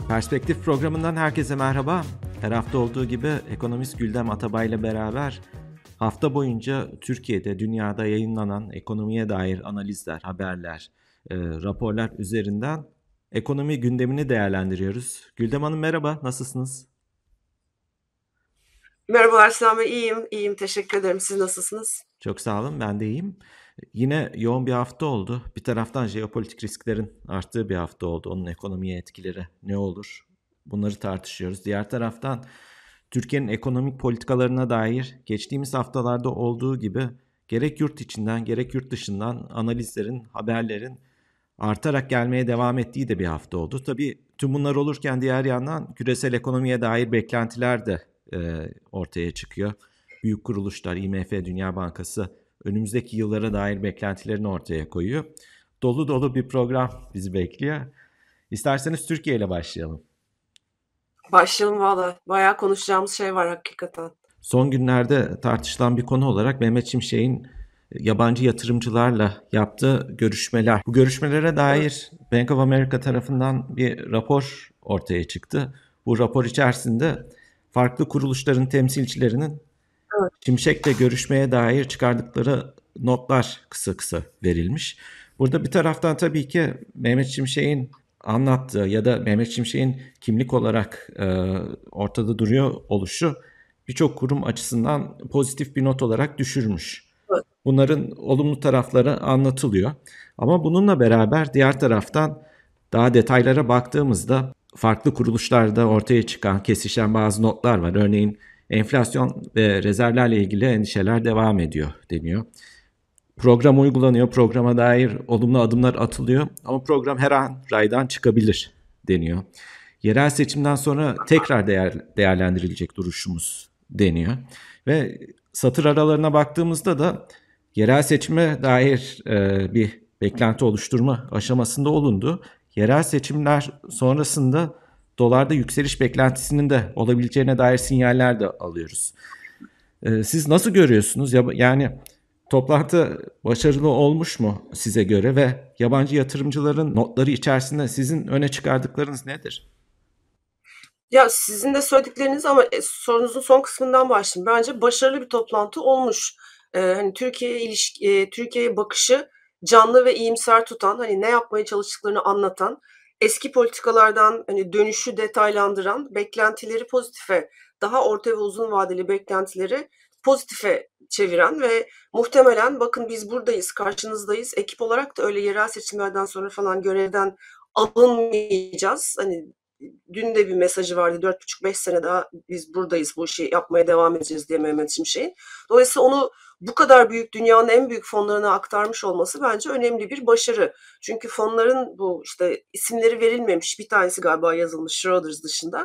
Perspektif programından herkese merhaba. Her hafta olduğu gibi ekonomist Güldem Atabay ile beraber hafta boyunca Türkiye'de, dünyada yayınlanan ekonomiye dair analizler, haberler, raporlar üzerinden ekonomi gündemini değerlendiriyoruz. Güldem Hanım merhaba, nasılsınız? Merhabalar Sinan Bey, iyiyim. Teşekkür ederim. Siz nasılsınız? Çok sağ olun, ben de iyiyim. Yine yoğun bir hafta oldu. Bir taraftan jeopolitik risklerin arttığı bir hafta oldu. Onun ekonomiye etkileri ne olur? Bunları tartışıyoruz. Diğer taraftan Türkiye'nin ekonomik politikalarına dair geçtiğimiz haftalarda olduğu gibi gerek yurt içinden gerek yurt dışından analizlerin, haberlerin artarak gelmeye devam ettiği de bir hafta oldu. Tabii tüm bunlar olurken diğer yandan küresel ekonomiye dair beklentiler de ortaya çıkıyor. Büyük kuruluşlar, IMF, Dünya Bankası önümüzdeki yıllara dair beklentilerini ortaya koyuyor. Dolu dolu bir program bizi bekliyor. İsterseniz Türkiye ile başlayalım. Başlayalım valla. Bayağı konuşacağımız şey var hakikaten. Son günlerde tartışılan bir konu olarak Mehmet Şimşek'in yabancı yatırımcılarla yaptığı görüşmeler. Bu görüşmelere Evet, dair Bank of America tarafından bir rapor ortaya çıktı. Bu rapor içerisinde farklı kuruluşların temsilcilerinin evet. Şimşek'le görüşmeye dair çıkardıkları notlar kısa kısa verilmiş. Burada bir taraftan tabii ki Mehmet Şimşek'in anlattığı ya da Mehmet Şimşek'in kimlik olarak ortada duruyor oluşu birçok kurum açısından pozitif bir not olarak düşürmüş. Evet. Bunların olumlu tarafları anlatılıyor. Ama bununla beraber diğer taraftan daha detaylara baktığımızda farklı kuruluşlarda ortaya çıkan kesişen bazı notlar var. Örneğin enflasyon ve rezervlerle ilgili endişeler devam ediyor deniyor. Program uygulanıyor, programa dair olumlu adımlar atılıyor ama program her an raydan çıkabilir deniyor. Yerel seçimden sonra tekrar değerlendirilecek duruşumuz deniyor. Ve satır aralarına baktığımızda da yerel seçime dair bir beklenti oluşturma aşamasında olundu. Yerel seçimler sonrasında dolarda yükseliş beklentisinin de olabileceğine dair sinyaller de alıyoruz. Siz nasıl görüyorsunuz? Yani toplantı başarılı olmuş mu size göre ve yabancı yatırımcıların notları içerisinde sizin öne çıkardıklarınız nedir? Ya sizin de söyledikleriniz ama sorunuzun son kısmından başlayayım. Bence başarılı bir toplantı olmuş. Hani Türkiye'ye bakışı canlı ve iyimser tutan, hani ne yapmaya çalıştıklarını anlatan, eski politikalardan hani dönüşü detaylandıran, beklentileri pozitife, daha orta ve uzun vadeli beklentileri pozitife çeviren ve muhtemelen bakın biz buradayız, karşınızdayız. Ekip olarak da öyle yerel seçimlerden sonra falan görevden alınmayacağız. Hani dün de bir mesajı vardı. 4,5-5 sene daha biz buradayız, bu işi yapmaya devam edeceğiz diye Mehmet Şimşek'in. Dolayısıyla onu bu kadar büyük, dünyanın en büyük fonlarına aktarmış olması bence önemli bir başarı. Çünkü fonların bu işte isimleri verilmemiş, bir tanesi galiba yazılmış Schroders dışında.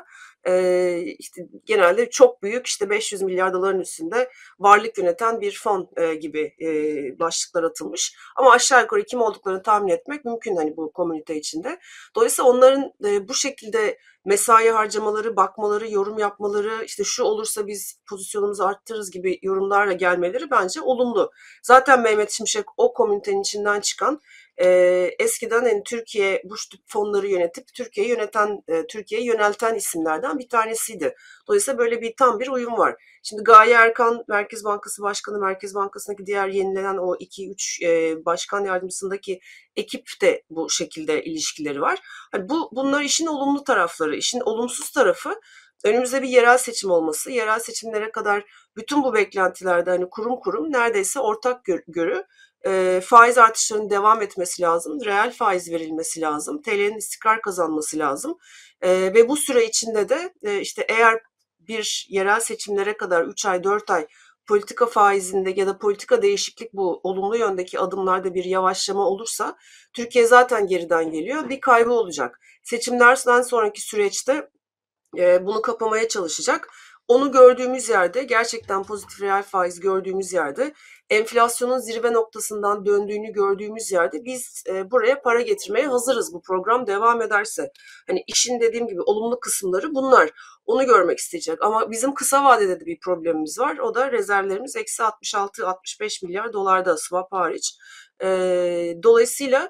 İşte genelde çok büyük, işte 500 milyar doların üstünde varlık yöneten bir fon gibi başlıklar atılmış. Ama aşağı yukarı kim olduklarını tahmin etmek mümkün hani bu komünite içinde. Dolayısıyla onların bu şekilde mesai harcamaları, bakmaları, yorum yapmaları, işte şu olursa biz pozisyonumuzu arttırırız gibi yorumlarla gelmeleri bence olumlu. Zaten Mehmet Şimşek o komünitenin içinden çıkan, eskiden hani Türkiye bu tip fonları yönetip Türkiye'yi yönelten isimlerden bir tanesiydi. Dolayısıyla böyle tam bir uyum var. Şimdi Gaye Erkan Merkez Bankası Başkanı, Merkez Bankası'ndaki diğer yenilenen o 2-3 başkan yardımcısındaki ekip de bu şekilde ilişkileri var. Hani bunlar işin olumlu tarafları. İşin olumsuz tarafı önümüzde bir yerel seçim olması. Yerel seçimlere kadar bütün bu beklentilerde hani kurum kurum neredeyse ortak görü. Faiz artışlarının devam etmesi lazım. Reel faiz verilmesi lazım. TL'nin istikrar kazanması lazım. Ve bu süre içinde de işte eğer bir yerel seçimlere kadar 3 ay 4 ay politika faizinde ya da politika değişiklik bu olumlu yöndeki adımlarda bir yavaşlama olursa Türkiye zaten geriden geliyor. Bir kaybı olacak. Seçimlerden sonraki süreçte bunu kapamaya çalışacak. Onu gördüğümüz yerde, gerçekten pozitif reel faiz gördüğümüz yerde, enflasyonun zirve noktasından döndüğünü gördüğümüz yerde biz buraya para getirmeye hazırız bu program devam ederse. Hani işin dediğim gibi olumlu kısımları bunlar. Onu görmek isteyecek. Ama bizim kısa vadede de bir problemimiz var. O da rezervlerimiz eksi 66-65 milyar dolarda swap hariç. Dolayısıyla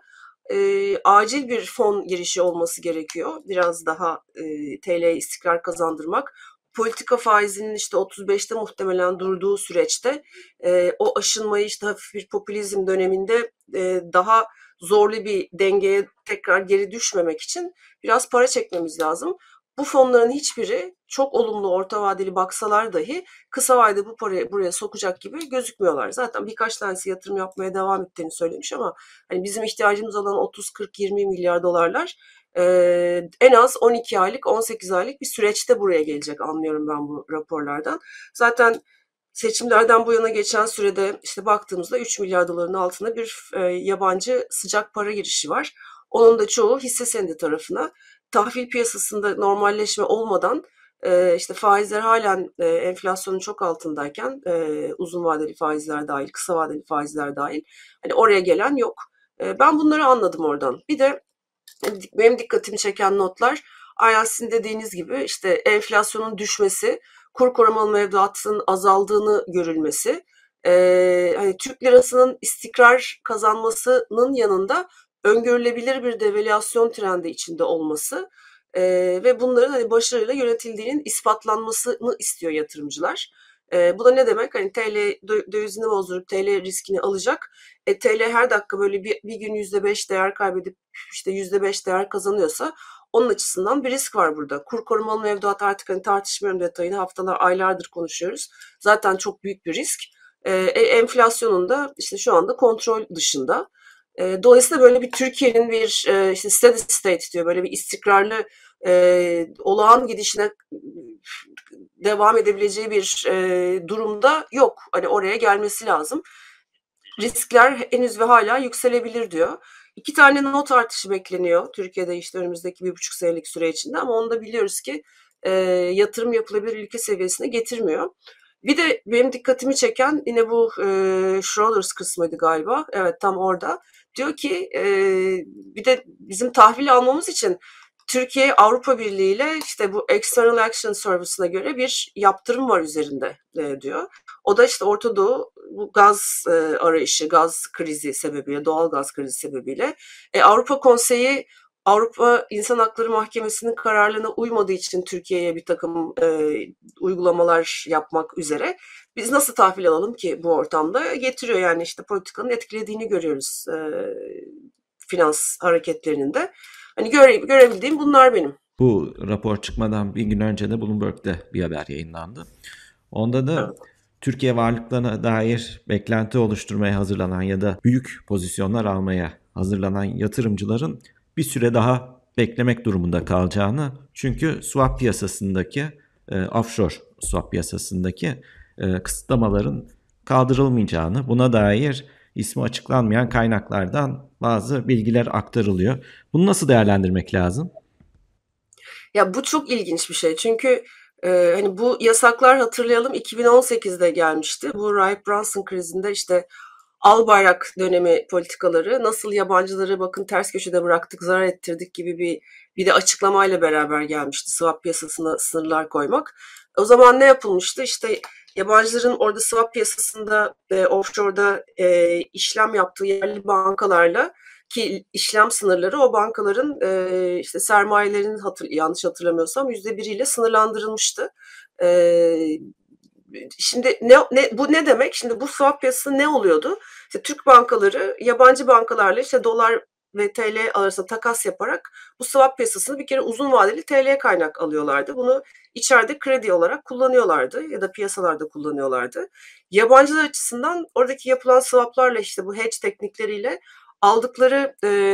acil bir fon girişi olması gerekiyor. Biraz daha TL'ye istikrar kazandırmak. Politika faizinin işte 35'te muhtemelen durduğu süreçte o aşınmayı işte hafif bir popülizm döneminde daha zorlu bir dengeye tekrar geri düşmemek için biraz para çekmemiz lazım. Bu fonların hiçbiri çok olumlu orta vadeli baksalar dahi kısa vadede bu parayı buraya sokacak gibi gözükmüyorlar. Zaten birkaç tanesi yatırım yapmaya devam ettiğini söylemiş ama hani bizim ihtiyacımız olan 30, 40, 20 milyar dolarlar en az 12 aylık, 18 aylık bir süreçte buraya gelecek anlıyorum ben bu raporlardan. Zaten seçimlerden bu yana geçen sürede işte baktığımızda 3 milyar doların altında bir yabancı sıcak para girişi var. Onun da çoğu hisse senedi tarafına. Tahvil piyasasında normalleşme olmadan işte faizler halen enflasyonun çok altındayken uzun vadeli faizler dahil, kısa vadeli faizler dahil hani oraya gelen yok. Ben bunları anladım oradan. Bir de benim dikkatimi çeken notlar aynen sizin dediğiniz gibi işte enflasyonun düşmesi, kur korumalı mevduatının azaldığını görülmesi, hani Türk lirasının istikrar kazanmasının yanında öngörülebilir bir devalüasyon trendi içinde olması ve bunların hani başarıyla yönetildiğinin ispatlanmasını istiyor yatırımcılar. Bu da ne demek? Hani TL dövizini bozdurup TL riskini alacak. TL her dakika böyle bir gün %5 değer kaybedip işte %5 değer kazanıyorsa onun açısından bir risk var burada. Kur korumalı mevduat artık hani tartışmıyorum detayını haftalar aylardır konuşuyoruz. Zaten çok büyük bir risk. Enflasyonun da işte şu anda kontrol dışında. Dolayısıyla böyle bir Türkiye'nin bir işte steady state diyor böyle bir istikrarlı olağan gidişine devam edebileceği bir durumda yok. Hani oraya gelmesi lazım. Riskler henüz ve hala yükselebilir diyor. 2 tane not artışı bekleniyor Türkiye'de işte önümüzdeki 1,5 senelik süre içinde ama onu da biliyoruz ki yatırım yapılabilir ülke seviyesine getirmiyor. Bir de benim dikkatimi çeken yine bu Schroders kısmıydı galiba. Evet tam orada. Diyor ki bir de bizim tahvil almamız için Türkiye Avrupa Birliği ile işte bu External Action Service'ına göre bir yaptırım var üzerinde diyor. O da işte Orta Doğu bu gaz arayışı, gaz krizi sebebiyle, doğal gaz krizi sebebiyle Avrupa Konseyi Avrupa İnsan Hakları Mahkemesi'nin kararlarına uymadığı için Türkiye'ye bir takım uygulamalar yapmak üzere biz nasıl tahvil alalım ki bu ortamda getiriyor yani işte politikanın etkilediğini görüyoruz finans hareketlerinin de. Hani görebildiğim bunlar benim. Bu rapor çıkmadan bir gün önce de Bloomberg'de bir haber yayınlandı. Onda da Evet. Türkiye varlıklarına dair beklenti oluşturmaya hazırlanan ya da büyük pozisyonlar almaya hazırlanan yatırımcıların bir süre daha beklemek durumunda kalacağını, çünkü swap piyasasındaki offshore swap piyasasındaki kısıtlamaların kaldırılmayacağını, buna dair ismi açıklanmayan kaynaklardan bazı bilgiler aktarılıyor. Bunu nasıl değerlendirmek lazım? Ya bu çok ilginç bir şey. Çünkü hani bu yasaklar hatırlayalım 2018'de gelmişti. Bu Rahip Brunson krizinde işte Albayrak dönemi politikaları nasıl yabancıları bakın ters köşede bıraktık, zarar ettirdik gibi bir de açıklamayla beraber gelmişti swap piyasasına sınırlar koymak. O zaman ne yapılmıştı? İşte yabancıların orada swap piyasasında offshore'da işlem yaptığı yerli bankalarla ki işlem sınırları o bankaların işte sermayelerin yanlış hatırlamıyorsam %1'iyle sınırlandırılmıştı. E, Şimdi bu ne demek? Şimdi bu swap piyasası ne oluyordu? İşte Türk bankaları yabancı bankalarla işte dolar ve TL arasında takas yaparak bu swap piyasasını bir kere uzun vadeli TL kaynak alıyorlardı. Bunu içeride kredi olarak kullanıyorlardı ya da piyasalarda kullanıyorlardı. Yabancılar açısından oradaki yapılan swaplarla işte bu hedge teknikleriyle aldıkları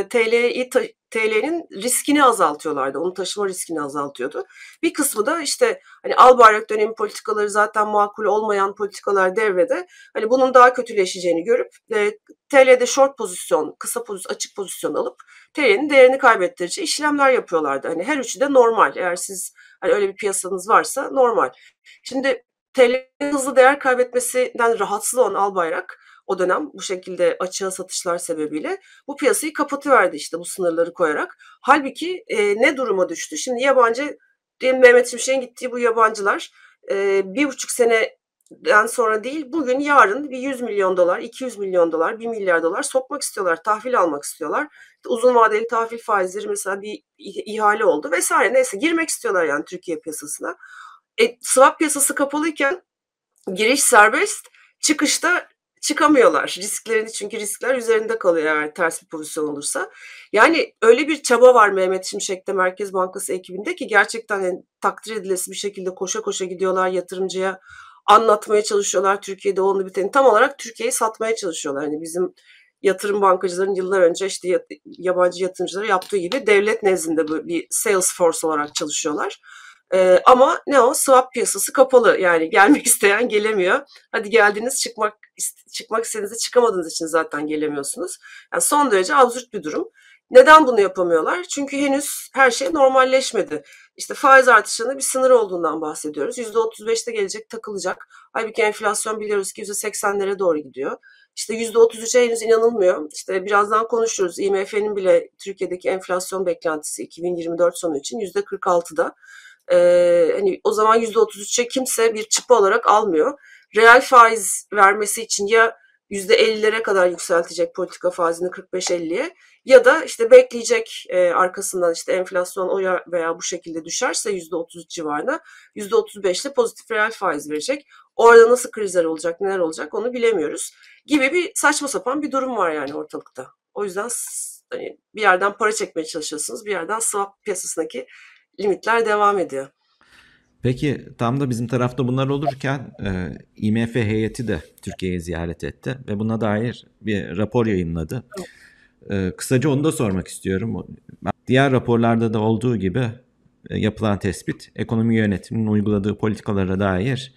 TL'nin riskini azaltıyorlardı. Onu taşıma riskini azaltıyordu. Bir kısmı da işte hani Albayrak dönemi politikaları zaten makul olmayan politikalar devrede. Hani bunun daha kötüleşeceğini görüp TL'de short pozisyon, kısa pozisyon, açık pozisyon alıp TL'nin değerini kaybettirici işlemler yapıyorlardı. Hani her üçü de normal. Eğer siz hani öyle bir piyasanız varsa normal. Şimdi TL'nin hızlı değer kaybetmesinden rahatsız olan Albayrak o dönem bu şekilde açığa satışlar sebebiyle bu piyasayı kapatıverdi işte bu sınırları koyarak. Halbuki ne duruma düştü? Şimdi yabancı Mehmet Şimşek'in gittiği bu yabancılar 1,5 sene sonra değil, bugün yarın bir 100 milyon dolar, 200 milyon dolar, 1 milyar dolar sokmak istiyorlar. Tahvil almak istiyorlar. Uzun vadeli tahvil faizleri mesela bir ihale oldu vesaire. Neyse girmek istiyorlar yani Türkiye piyasasına. Swap piyasası kapalıyken giriş serbest, çıkışta çıkamıyorlar. Çünkü riskler üzerinde kalıyor eğer ters bir pozisyon olursa. Yani öyle bir çaba var Mehmet Şimşek'te Merkez Bankası ekibinde ki gerçekten yani takdir edilesi bir şekilde koşa koşa gidiyorlar yatırımcıya, anlatmaya çalışıyorlar Türkiye'de olduğunu biteni. Tam olarak Türkiye'yi satmaya çalışıyorlar. Hani bizim yatırım bankacıların yıllar önce işte yabancı yatırımcılara yaptığı gibi devlet nezdinde böyle bir sales force olarak çalışıyorlar. Ama ne o? Swap piyasası kapalı. Yani gelmek isteyen gelemiyor. Hadi geldiniz çıkmak istediğinizde çıkamadığınız için zaten gelemiyorsunuz. Yani son derece absürt bir durum. Neden bunu yapamıyorlar? Çünkü henüz her şey normalleşmedi. İşte faiz artışının bir sınır olduğundan bahsediyoruz. %35'te gelecek, takılacak. Halbuki enflasyon biliyoruz ki %80'lere doğru gidiyor. İşte %33'e henüz inanılmıyor. İşte birazdan konuşuruz. IMF'nin bile Türkiye'deki enflasyon beklentisi 2024 sonu için %46'da. Hani o zaman %33'e kimse bir çıpa olarak almıyor. Reel faiz vermesi için ya %50'lere kadar yükseltecek politika faizini 45-50'ye ya da işte bekleyecek arkasından işte enflasyon o veya bu şekilde düşerse %33 civarına %35'le pozitif reel faiz verecek. Orada nasıl krizler olacak, neler olacak onu bilemiyoruz. Gibi bir saçma sapan bir durum var yani ortalıkta. O yüzden hani bir yerden para çekmeye çalışıyorsunuz, bir yerden swap piyasasındaki limitler devam ediyor. Peki tam da bizim tarafta bunlar olurken IMF heyeti de Türkiye'yi ziyaret etti ve buna dair bir rapor yayınladı. Kısaca onu da sormak istiyorum. Diğer raporlarda da olduğu gibi yapılan tespit ekonomi yönetiminin uyguladığı politikalara dair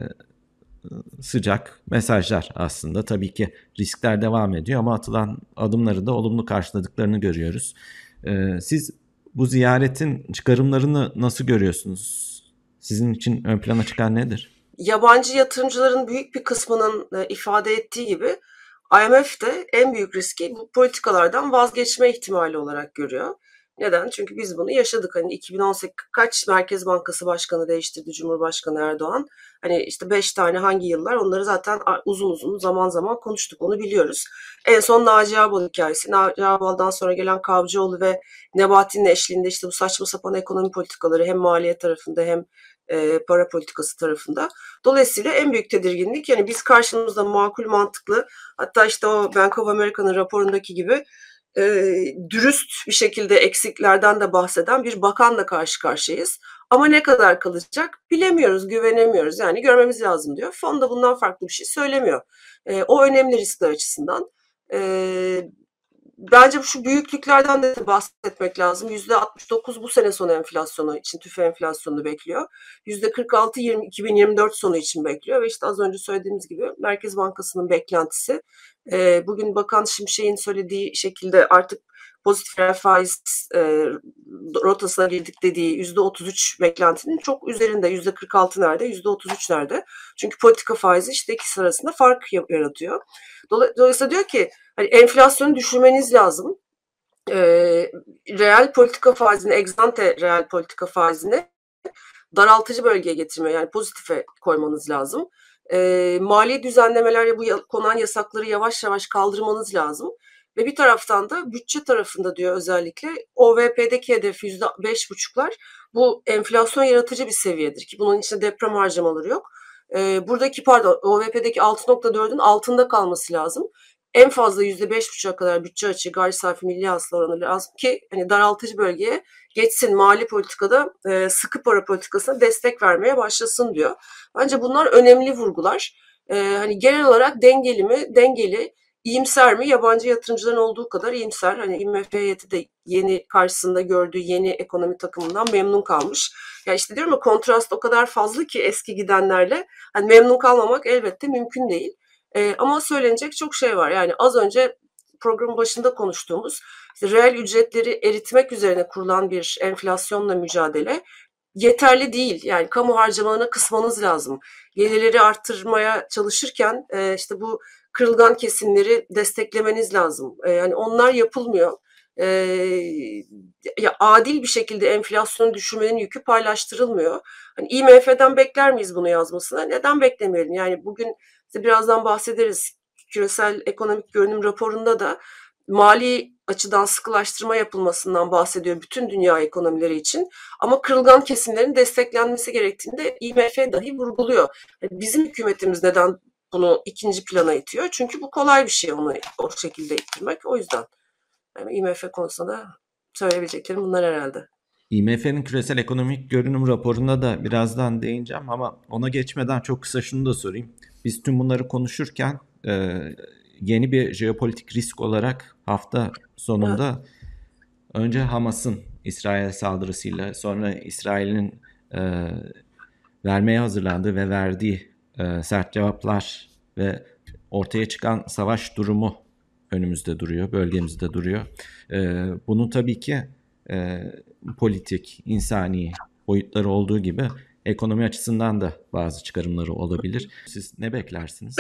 sıcak mesajlar aslında. Tabii ki riskler devam ediyor ama atılan adımları da olumlu karşıladıklarını görüyoruz. Siz bu ziyaretin çıkarımlarını nasıl görüyorsunuz? Sizin için ön plana çıkan nedir? Yabancı yatırımcıların büyük bir kısmının ifade ettiği gibi IMF de en büyük riski bu politikalardan vazgeçme ihtimali olarak görüyor. Neden? Çünkü biz bunu yaşadık. Hani 2018 kaç Merkez Bankası Başkanı değiştirdi Cumhurbaşkanı Erdoğan. Hani işte 5 tane hangi yıllar onları zaten uzun uzun zaman zaman konuştuk onu biliyoruz. En son Naci Ağbal hikayesi. Naci Ağbal'dan sonra gelen Kavcıoğlu ve Nebati'nin eşliğinde işte bu saçma sapan ekonomi politikaları hem maliye tarafında hem para politikası tarafında. Dolayısıyla en büyük tedirginlik yani biz karşımızda makul mantıklı hatta işte o Bank of America'nın raporundaki gibi dürüst bir şekilde eksiklerden de bahseden bir bakanla karşı karşıyayız. Ama ne kadar kalacak bilemiyoruz, güvenemiyoruz. Yani görmemiz lazım diyor. Fon da bundan farklı bir şey söylemiyor. O önemli riskler açısından. Bence şu büyüklüklerden de bahsetmek lazım. %69 bu sene sonu enflasyonu için, tüfe enflasyonunu bekliyor. %46 2024 sonu için bekliyor ve işte az önce söylediğimiz gibi Merkez Bankası'nın beklentisi bugün Bakan Şimşek'in söylediği şekilde artık pozitif reel faiz rotasına girdik dediği %33 beklentinin çok üzerinde. %46 nerede, %33 nerede? Çünkü politika faizi işte ikisi arasında fark yaratıyor. Dolayısıyla diyor ki hani enflasyonu düşürmeniz lazım. Reel politika faizini, ex-ante reel politika faizini daraltıcı bölgeye getirmeye yani pozitife koymanız lazım. Mali düzenlemeler bu konan yasakları yavaş yavaş kaldırmanız lazım. Ve bir taraftan da bütçe tarafında diyor özellikle OVP'deki hedef %5,5'lar bu enflasyon yaratıcı bir seviyedir ki bunun içinde deprem harcamaları yok. Buradaki OVP'deki 6,4'ün altında kalması lazım. En fazla %5,5'a kadar bütçe açığı gayri safi milli hasıla oranı lazım ki hani daraltıcı bölgeye geçsin mali politikada sıkı para politikasına destek vermeye başlasın diyor. Bence bunlar önemli vurgular. Hani genel olarak dengeli mi? Dengeli. İyimser mi? Yabancı yatırımcıların olduğu kadar iyimser. Hani IMF heyeti de yeni karşısında gördüğü yeni ekonomi takımından memnun kalmış. Ya işte diyorum ya kontrast o kadar fazla ki eski gidenlerle. Hani memnun kalmamak elbette mümkün değil. Ama söylenecek çok şey var. Yani az önce programın başında konuştuğumuz işte reel ücretleri eritmek üzerine kurulan bir enflasyonla mücadele yeterli değil. Yani kamu harcamalarına kısmanız lazım. Gelirleri arttırmaya çalışırken işte bu kırılgan kesimleri desteklemeniz lazım. Yani onlar yapılmıyor. ya adil bir şekilde enflasyonu düşürmenin yükü paylaştırılmıyor. Hani IMF'den bekler miyiz bunu yazmasını? Neden beklemeyelim? Yani bugün işte birazdan bahsederiz. Küresel Ekonomik Görünüm raporunda da mali açıdan sıkılaştırma yapılmasından bahsediyor bütün dünya ekonomileri için. Ama kırılgan kesimlerin desteklenmesi gerektiğini de IMF dahi vurguluyor. Yani bizim hükümetimiz neden bunu ikinci plana itiyor? Çünkü bu kolay bir şey onu o şekilde ittirmek. O yüzden yani IMF konusunda söyleyebileceklerim bunlar herhalde. IMF'nin küresel ekonomik görünüm raporuna da birazdan değineceğim ama ona geçmeden çok kısa şunu da sorayım. Biz tüm bunları konuşurken yeni bir jeopolitik risk olarak hafta sonunda önce Hamas'ın İsrail saldırısıyla sonra İsrail'in vermeye hazırlandığı ve verdiği sert cevaplar ve ortaya çıkan savaş durumu önümüzde duruyor, bölgemizde duruyor. Bunun tabii ki politik, insani boyutları olduğu gibi ekonomi açısından da bazı çıkarımları olabilir. Siz ne beklersiniz?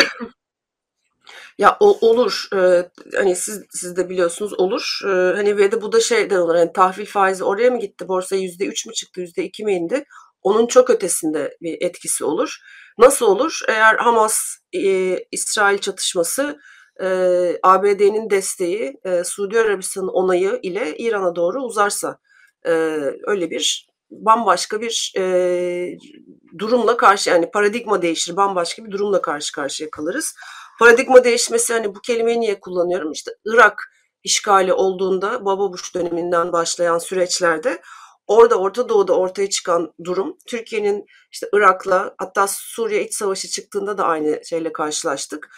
Ya olur. Hani siz de biliyorsunuz olur. Hani ve de bu da şeyden olur. Hani tahvil faizi oraya mı gitti? Borsa %3 mü çıktı? %2 mi indi? Onun çok ötesinde bir etkisi olur. Nasıl olur? Eğer Hamas İsrail çatışması ABD'nin desteği, Suudi Arabistan'ın onayı ile İran'a doğru uzarsa e, öyle bir bambaşka bir durumla karşı yani paradigma değişir, bambaşka bir durumla karşı karşıya kalırız. Paradigma değişmesi hani bu kelimeyi niye kullanıyorum? İşte Irak işgali olduğunda Baba Bush döneminden başlayan süreçlerde orada Orta Doğu'da ortaya çıkan durum Türkiye'nin işte Irak'la hatta Suriye iç savaşı çıktığında da aynı şeyle karşılaştık.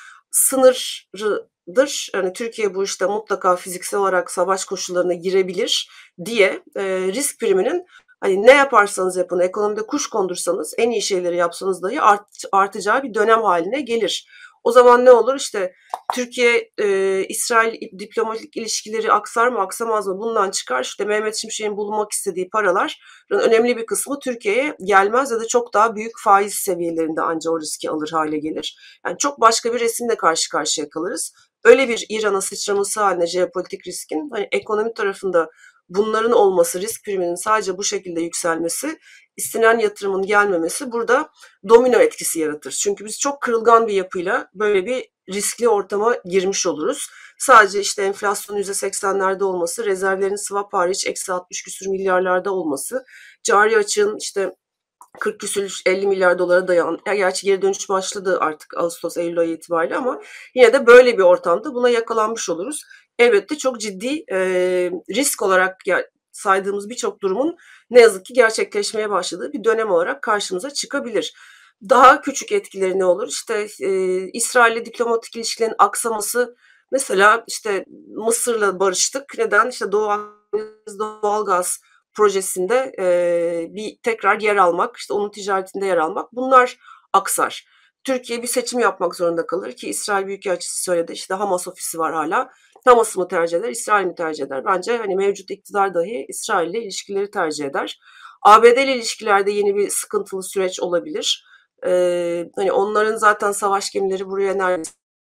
Sınırıdır. Yani Türkiye bu işte mutlaka fiziksel olarak savaş koşullarına girebilir diye risk priminin hani ne yaparsanız yapın, ekonomide kuş kondursanız, en iyi şeyleri yapsanız dahi artacağı bir dönem haline gelir. O zaman ne olur? İşte Türkiye, İsrail diplomatik ilişkileri aksar mı, aksamaz mı? Bundan çıkar. İşte Mehmet Şimşek'in bulmak istediği paralar önemli bir kısmı Türkiye'ye gelmez ya da çok daha büyük faiz seviyelerinde ancak o riski alır hale gelir. Yani çok başka bir resimle karşı karşıya kalırız. Öyle bir İran'a sıçraması haline jeopolitik riskin hani ekonomi tarafında bunların olması, risk priminin sadece bu şekilde yükselmesi, istenen yatırımın gelmemesi burada domino etkisi yaratır. Çünkü biz çok kırılgan bir yapıyla böyle bir riskli ortama girmiş oluruz. Sadece işte enflasyonun %80'lerde olması, rezervlerin swap hariç eksi 60 küsür milyarlarda olması, cari açığın işte 40 küsür 50 milyar dolara dayan. Ya gerçi geri dönüş başladı artık Ağustos Eylül ayı itibariyle ama yine de böyle bir ortamda buna yakalanmış oluruz. Elbette çok ciddi risk olarak saydığımız birçok durumun ne yazık ki gerçekleşmeye başladığı bir dönem olarak karşımıza çıkabilir. Daha küçük etkileri ne olur? İşte İsrail'le diplomatik ilişkilerin aksaması mesela işte Mısır'la barıştık. Neden? İşte doğalgaz projesinde bir tekrar yer almak, işte onun ticaretinde yer almak bunlar aksar. Türkiye bir seçim yapmak zorunda kalır ki İsrail Büyükelçisi söyledi işte Hamas ofisi var hala. Hamas'ı mı tercih eder, İsrail mi tercih eder? Bence hani mevcut iktidar dahi İsrail ile ilişkileri tercih eder. ABD ile ilişkilerde yeni bir sıkıntılı süreç olabilir. Hani onların zaten savaş gemileri buraya neredeyse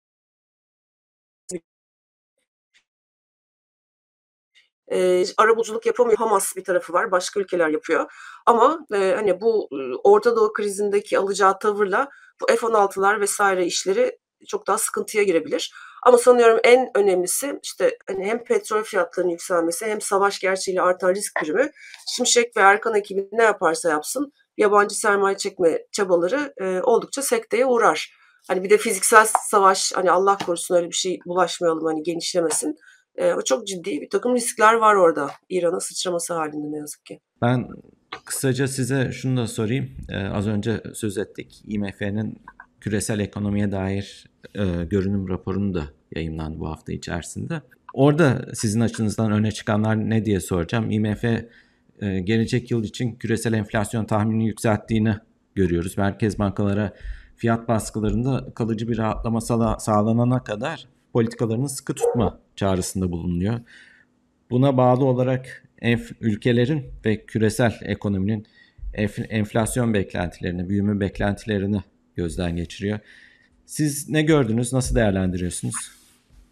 arabuluculuk yapamıyor. Hamas bir tarafı var. Başka ülkeler yapıyor. Ama hani bu Orta Doğu krizindeki alacağı tavırla bu F-16'lar vesaire işleri çok daha sıkıntıya girebilir. Ama sanıyorum en önemlisi işte hani hem petrol fiyatlarının yükselmesi hem savaş gerçeğiyle artan risk primi Şimşek ve Erkan ekibi ne yaparsa yapsın yabancı sermaye çekme çabaları oldukça sekteye uğrar. Hani bir de fiziksel savaş hani Allah korusun öyle bir şey bulaşmayalım hani genişlemesin. O çok ciddi bir takım riskler var orada. İran'a sıçraması halinde ne yazık ki. Ben kısaca size şunu da sorayım. Az önce söz ettik. IMF'nin küresel ekonomiye dair görünüm raporunu da yayımlandı bu hafta içerisinde. Orada sizin açınızdan öne çıkanlar ne diye soracağım. IMF gelecek yıl için küresel enflasyon tahminini yükselttiğini görüyoruz. Merkez bankalara fiyat baskılarında kalıcı bir rahatlama sağlanana kadar politikalarını sıkı tutma çağrısında bulunuyor. Buna bağlı olarak ülkelerin ve küresel ekonominin enflasyon beklentilerini, büyüme beklentilerini gözden geçiriyor. Siz ne gördünüz, nasıl değerlendiriyorsunuz?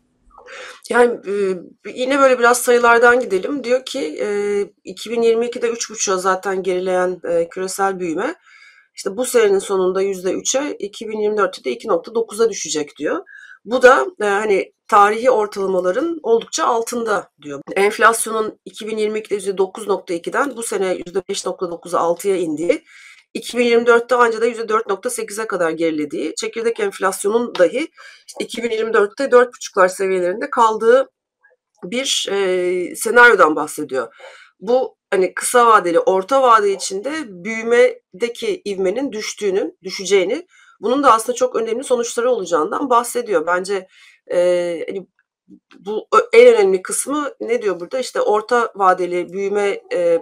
Yani yine böyle biraz sayılardan gidelim. Diyor ki 2022'de 3,5'a zaten gerileyen küresel büyüme işte bu senenin sonunda %3'e, 2024'te de 2,9'a düşecek diyor. Bu da hani tarihi ortalamaların oldukça altında diyor. Enflasyonun 2022'de %9,2'den bu sene %5,9'a 6'ya indiği, 2024'te ancak da %4,8'e kadar gerilediği, çekirdek enflasyonun dahi işte 2024'te 4,5'lar seviyelerinde kaldığı bir senaryodan bahsediyor. Bu hani kısa vadeli, orta vade içinde büyümedeki ivmenin düşeceğini, bunun da aslında çok önemli sonuçları olacağından bahsediyor. Bence hani bu en önemli kısmı ne diyor burada? İşte orta vadeli büyüme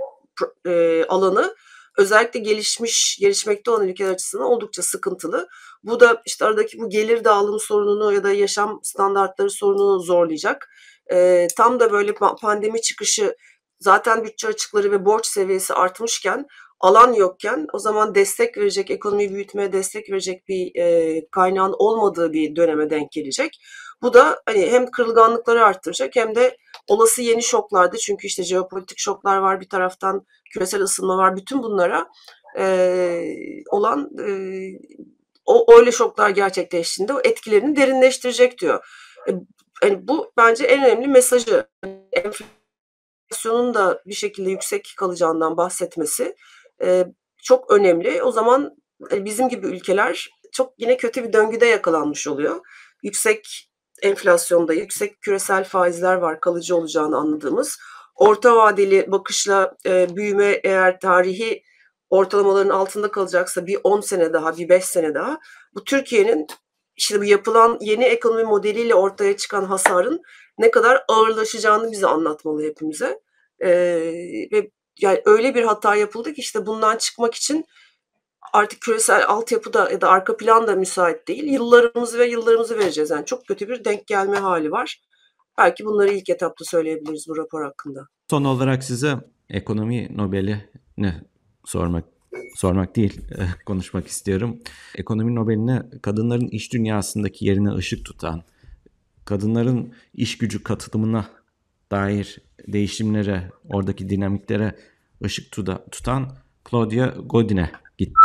alanı özellikle gelişmekte olan ülkeler açısından oldukça sıkıntılı. Bu da işte aradaki bu gelir dağılımı sorununu ya da yaşam standartları sorununu zorlayacak. Tam da böyle pandemi çıkışı zaten bütçe açıkları ve borç seviyesi artmışken, alan yokken, o zaman destek verecek, ekonomiyi büyütmeye destek verecek bir kaynağın olmadığı bir döneme denk gelecek. Bu da hani hem kırılganlıkları arttıracak hem de olası yeni şoklarda, çünkü işte jeopolitik şoklar var bir taraftan, küresel ısınma var, bütün bunlara olan o öyle şoklar gerçekleştiğinde o etkilerini derinleştirecek diyor. Yani bu bence en önemli mesajı. Enflasyonun da bir şekilde yüksek kalacağından bahsetmesi çok önemli. O zaman bizim gibi ülkeler çok yine kötü bir döngüde yakalanmış oluyor. Yüksek enflasyonda, yüksek küresel faizler var, kalıcı olacağını anladığımız. Orta vadeli bakışla büyüme eğer tarihi ortalamaların altında kalacaksa bir 10 sene daha, bir 5 sene daha, bu Türkiye'nin işte bu yapılan yeni ekonomi modeliyle ortaya çıkan hasarın ne kadar ağırlaşacağını bize anlatmalı hepimize. Ve yani öyle bir hata yapıldı ki işte bundan çıkmak için artık küresel altyapı da ya da arka plan da müsait değil. Yıllarımızı vereceğiz. Yani çok kötü bir denk gelme hali var. Belki bunları ilk etapta söyleyebiliriz bu rapor hakkında. Son olarak size ekonomi Nobel'ini sormak değil, konuşmak istiyorum. Ekonomi Nobel'ine kadınların iş dünyasındaki yerine ışık tutan, kadınların iş gücü katılımına dair değişimlere, oradaki dinamiklere ışık tutan Claudia Goldin'e gitti.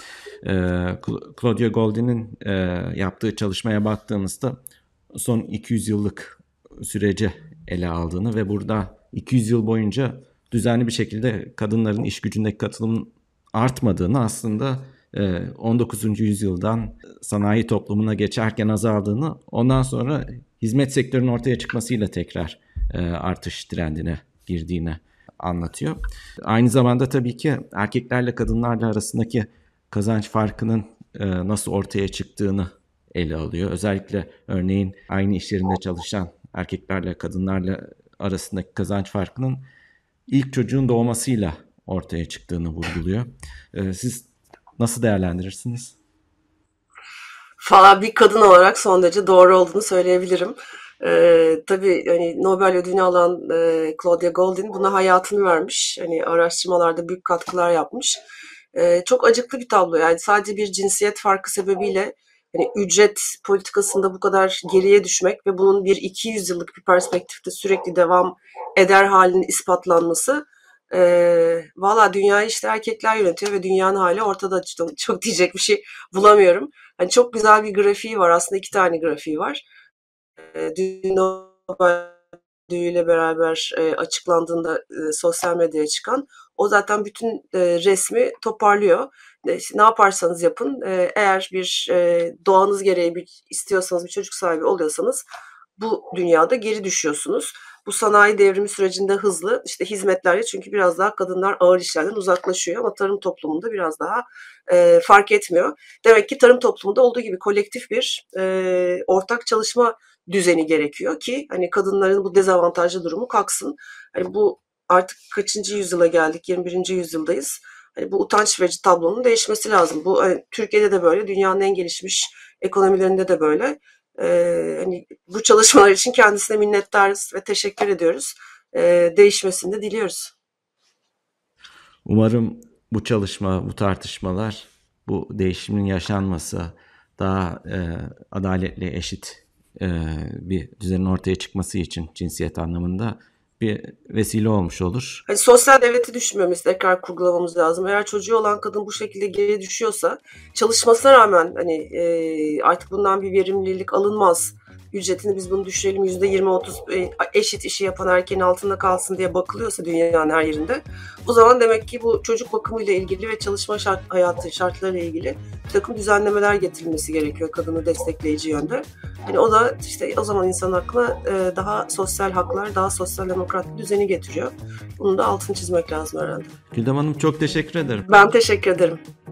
Claudia Goldin'in yaptığı çalışmaya baktığımızda son 200 yıllık süreci ele aldığını ve burada 200 yıl boyunca düzenli bir şekilde kadınların iş gücündeki katılımın artmadığını, aslında 19. yüzyıldan sanayi toplumuna geçerken azaldığını, ondan sonra hizmet sektörünün ortaya çıkmasıyla tekrar artış trendine girdiğini anlatıyor. Aynı zamanda tabii ki erkeklerle kadınlarla arasındaki kazanç farkının nasıl ortaya çıktığını ele alıyor. Özellikle örneğin aynı iş yerinde çalışan erkeklerle kadınlarla arasındaki kazanç farkının ilk çocuğun doğmasıyla ortaya çıktığını vurguluyor. Siz nasıl değerlendirirsiniz? Falan bir kadın olarak son derece doğru olduğunu söyleyebilirim. Tabii hani Nobel ödülünü alan Claudia Goldin buna hayatını vermiş. Hani araştırmalarda büyük katkılar yapmış. Çok acıklı bir tablo. Yani sadece bir cinsiyet farkı sebebiyle hani ücret politikasında bu kadar geriye düşmek ve bunun bir 200 yıllık bir perspektifte sürekli devam eder halinin ispatlanması, valla dünyayı işte erkekler yönetiyor ve dünyanın hali ortada. Çok diyecek bir şey bulamıyorum. Hani çok güzel bir grafiği var. Aslında iki tane grafiği var. Dün Nobel ödülüyle beraber açıklandığında sosyal medyaya çıkan. O zaten bütün resmi toparlıyor. İşte ne yaparsanız yapın. Eğer bir doğanız gereği istiyorsanız bir çocuk sahibi oluyorsanız bu dünyada geri düşüyorsunuz. Bu sanayi devrimi sürecinde hızlı işte hizmetlerle, çünkü biraz daha kadınlar ağır işlerden uzaklaşıyor ama tarım toplumunda biraz daha fark etmiyor. Demek ki tarım toplumunda olduğu gibi kolektif bir ortak çalışma düzeni gerekiyor ki hani kadınların bu dezavantajlı durumu kalksın. Hani bu artık kaçıncı yüzyıla geldik? 21. yüzyıldayız. Hani bu utanç verici tablonun değişmesi lazım. Bu hani Türkiye'de de böyle, dünyanın en gelişmiş ekonomilerinde de böyle. Hani bu çalışmalar için kendisine minnettarız ve teşekkür ediyoruz. Değişmesini de diliyoruz. Umarım bu çalışma, bu tartışmalar, bu değişimin yaşanması, daha adaletli, eşit bir düzenin ortaya çıkması için cinsiyet anlamında bir vesile olmuş olur. Hani sosyal devleti düşünmemiz, tekrar kurgulamamız lazım. Eğer çocuğu olan kadın bu şekilde geri düşüyorsa, çalışmasına rağmen hani artık bundan bir verimlilik alınmaz. Ücretini biz bunu düşürelim %20-30 eşit işi yapan erkeğin altında kalsın diye bakılıyorsa dünyanın her yerinde. O zaman demek ki bu çocuk bakımıyla ilgili ve çalışma hayatı şartlarıyla ilgili bir takım düzenlemeler getirilmesi gerekiyor kadını destekleyici yönde. Hani o da işte o zaman insan aklına daha sosyal haklar, daha sosyal demokrat bir düzeni getiriyor. Bunun da altını çizmek lazım herhalde. Güldem Hanım, çok teşekkür ederim. Ben teşekkür ederim.